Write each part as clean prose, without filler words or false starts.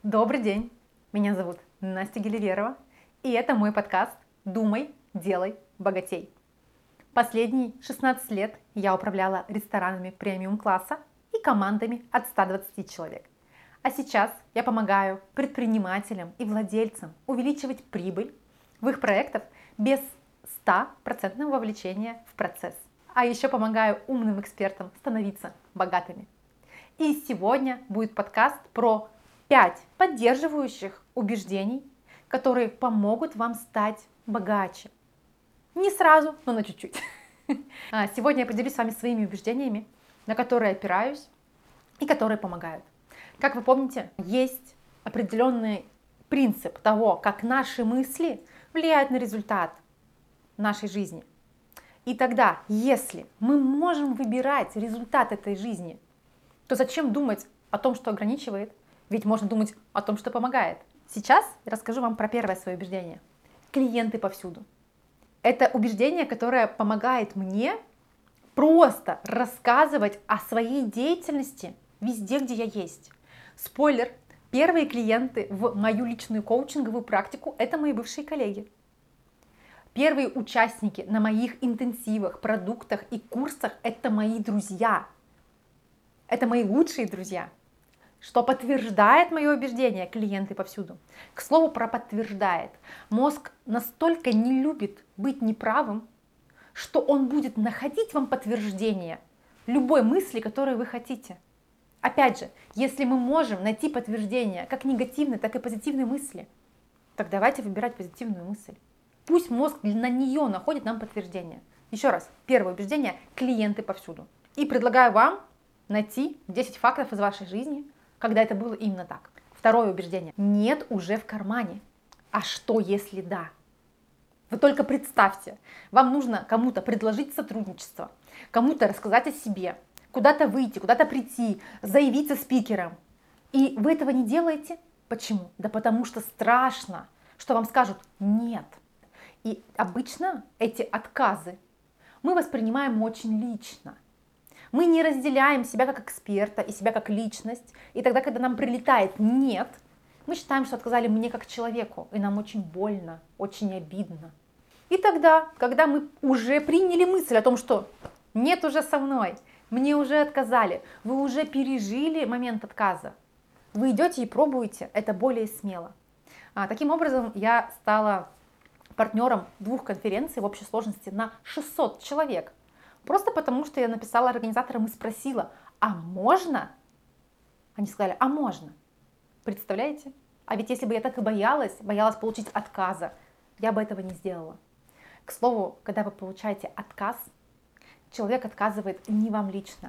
Добрый день, меня зовут Настя Геливерова, и это мой подкаст «Думай, делай, богатей». Последние 16 лет я управляла ресторанами премиум-класса и командами от 120 человек. А сейчас я помогаю предпринимателям и владельцам увеличивать прибыль в их проектах без 100% вовлечения в процесс. А еще помогаю умным экспертам становиться богатыми. И сегодня будет подкаст про 5 поддерживающих убеждений, которые помогут вам стать богаче. Не сразу, но на чуть-чуть. Сегодня я поделюсь с вами своими убеждениями, на которые опираюсь и которые помогают. Как вы помните, есть определенный принцип того, как наши мысли влияют на результат нашей жизни. И тогда, если мы можем выбирать результат этой жизни, то зачем думать о том, что ограничивает? Ведь можно думать о том, что помогает. Сейчас я расскажу вам про первое свое убеждение. Клиенты повсюду. Это убеждение, которое помогает мне просто рассказывать о своей деятельности везде, где я есть. Спойлер, первые клиенты в мою личную коучинговую практику – это мои бывшие коллеги. Первые участники на моих интенсивах, продуктах и курсах – это мои друзья. Это мои лучшие друзья. Что подтверждает мое убеждение, клиенты повсюду. К слову, про подтверждает. Мозг настолько не любит быть неправым, что он будет находить вам подтверждение любой мысли, которую вы хотите. Опять же, если мы можем найти подтверждение как негативной, так и позитивной мысли, так давайте выбирать позитивную мысль. Пусть мозг на нее находит нам подтверждение. Еще раз, первое убеждение – клиенты повсюду. И предлагаю вам найти 10 фактов из вашей жизни, когда это было именно так. Второе убеждение. Нет уже в кармане. А что, если да? Вы только представьте, вам нужно кому-то предложить сотрудничество, кому-то рассказать о себе, куда-то выйти, куда-то прийти, заявиться спикером. И вы этого не делаете? Почему? Да потому что страшно, что вам скажут «нет». И обычно эти отказы мы воспринимаем очень лично. Мы не разделяем себя как эксперта и себя как личность. И тогда, когда нам прилетает «нет», мы считаем, что отказали мне как человеку. И нам очень больно, очень обидно. И тогда, когда мы уже приняли мысль о том, что «нет уже со мной», «мне уже отказали», вы уже пережили момент отказа, вы идете и пробуете это более смело. Таким образом, я стала партнером 2 конференций в общей сложности на 600 человек. Просто потому, что я написала организаторам и спросила, а можно? Они сказали, а можно. Представляете? А ведь если бы я так и боялась получить отказа, я бы этого не сделала. К слову, когда вы получаете отказ, человек отказывает не вам лично.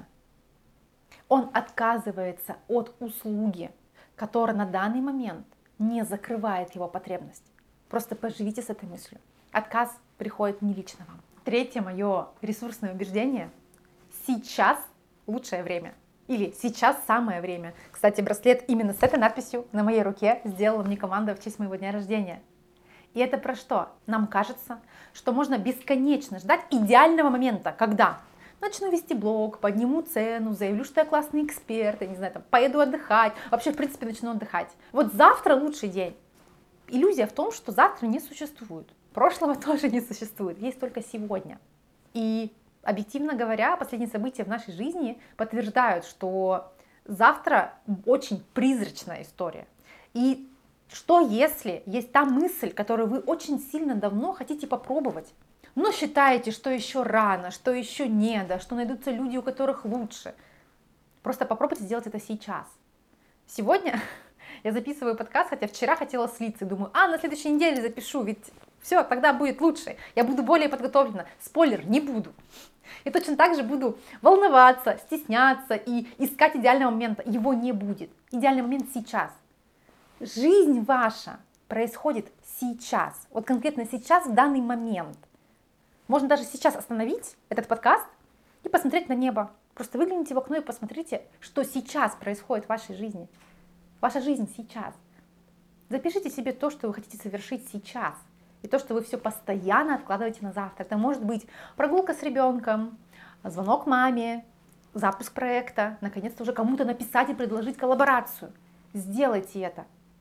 Он отказывается от услуги, которая на данный момент не закрывает его потребность. Просто поживите с этой мыслью. Отказ приходит не лично вам. Третье мое ресурсное убеждение – сейчас лучшее время. Или сейчас самое время. Кстати, браслет именно с этой надписью на моей руке сделала мне команда в честь моего дня рождения. И это про что? Нам кажется, что можно бесконечно ждать идеального момента, когда начну вести блог, подниму цену, заявлю, что я классный эксперт, я не знаю, поеду отдыхать, вообще, в принципе, начну отдыхать. Вот завтра лучший день. Иллюзия в том, что завтра не существует. Прошлого тоже не существует, есть только сегодня. И объективно говоря, последние события в нашей жизни подтверждают, что завтра очень призрачная история. И что если есть та мысль, которую вы очень сильно давно хотите попробовать, но считаете, что еще рано, что еще не до, что найдутся люди, у которых лучше. Просто попробуйте сделать это сейчас. Сегодня я записываю подкаст, хотя вчера хотела слиться, и думаю, на следующей неделе запишу, ведь все, тогда будет лучше, я буду более подготовлена. Спойлер, не буду. И точно так же буду волноваться, стесняться и искать идеального момента. Его не будет. Идеальный момент сейчас. Жизнь ваша происходит сейчас. Вот конкретно сейчас, в данный момент. Можно даже сейчас остановить этот подкаст и посмотреть на небо. Просто выгляните в окно и посмотрите, что сейчас происходит в вашей жизни. Ваша жизнь сейчас. Запишите себе то, что вы хотите совершить сейчас. И то, что вы все постоянно откладываете на завтра. Это может быть прогулка с ребенком, звонок маме, запуск проекта, наконец-то уже кому-то написать и предложить коллаборацию. Сделайте это.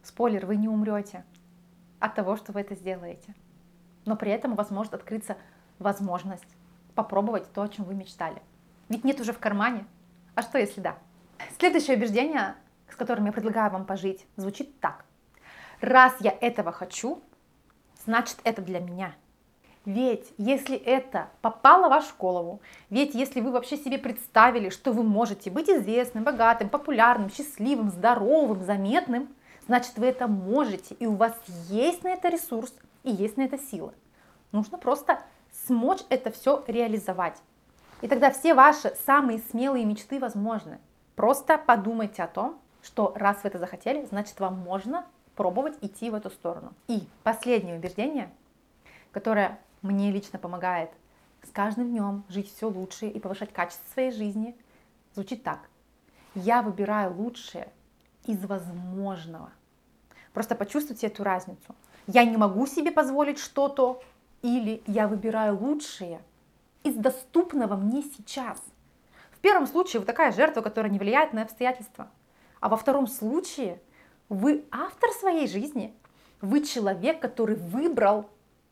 Спойлер, вы не умрете от того, что вы это сделаете. Но при этом у вас может открыться возможность попробовать то, о чем вы мечтали. Ведь нет уже в кармане. А что если да? Следующее убеждение, с которым я предлагаю вам пожить, звучит так. Раз я этого хочу, значит это для меня. Ведь если это попало в вашу голову, ведь если вы вообще себе представили, что вы можете быть известным, богатым, популярным, счастливым, здоровым, заметным, значит вы это можете, и у вас есть на это ресурс, и есть на это сила. Нужно просто смочь это все реализовать. И тогда все ваши самые смелые мечты возможны. Просто подумайте о том, что раз вы это захотели, значит вам можно пробовать идти в эту сторону. И последнее убеждение, которое мне лично помогает с каждым днем жить все лучше и повышать качество своей жизни, звучит так. Я выбираю лучшее из возможного. Просто почувствуйте эту разницу. Я не могу себе позволить что-то, или я выбираю лучшее из доступного мне сейчас. В первом случае вы такая жертва, которая не влияет на обстоятельства. А во втором случае вы автор своей жизни. Вы человек, который выбрал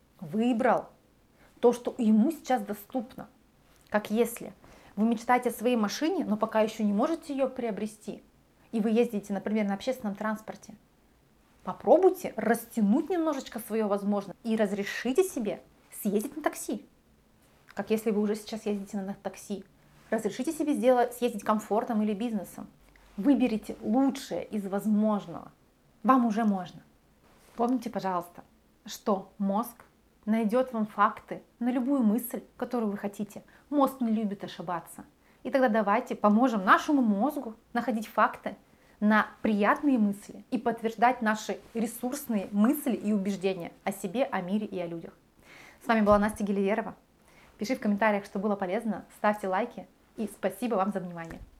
то, что ему сейчас доступно. Как если вы мечтаете о своей машине, но пока еще не можете ее приобрести, и вы ездите, например, на общественном транспорте. Попробуйте растянуть немножечко свое возможное и разрешите себе съездить на такси. Как если вы уже сейчас ездите на такси. Разрешите себе съездить комфортом или бизнесом. Выберите лучшее из возможного. Вам уже можно. Помните, пожалуйста, что мозг найдет вам факты на любую мысль, которую вы хотите. Мозг не любит ошибаться. И тогда давайте поможем нашему мозгу находить факты на приятные мысли и подтверждать наши ресурсные мысли и убеждения о себе, о мире и о людях. С вами была Настя Геливерова. Пиши в комментариях, что было полезно, ставьте лайки и спасибо вам за внимание.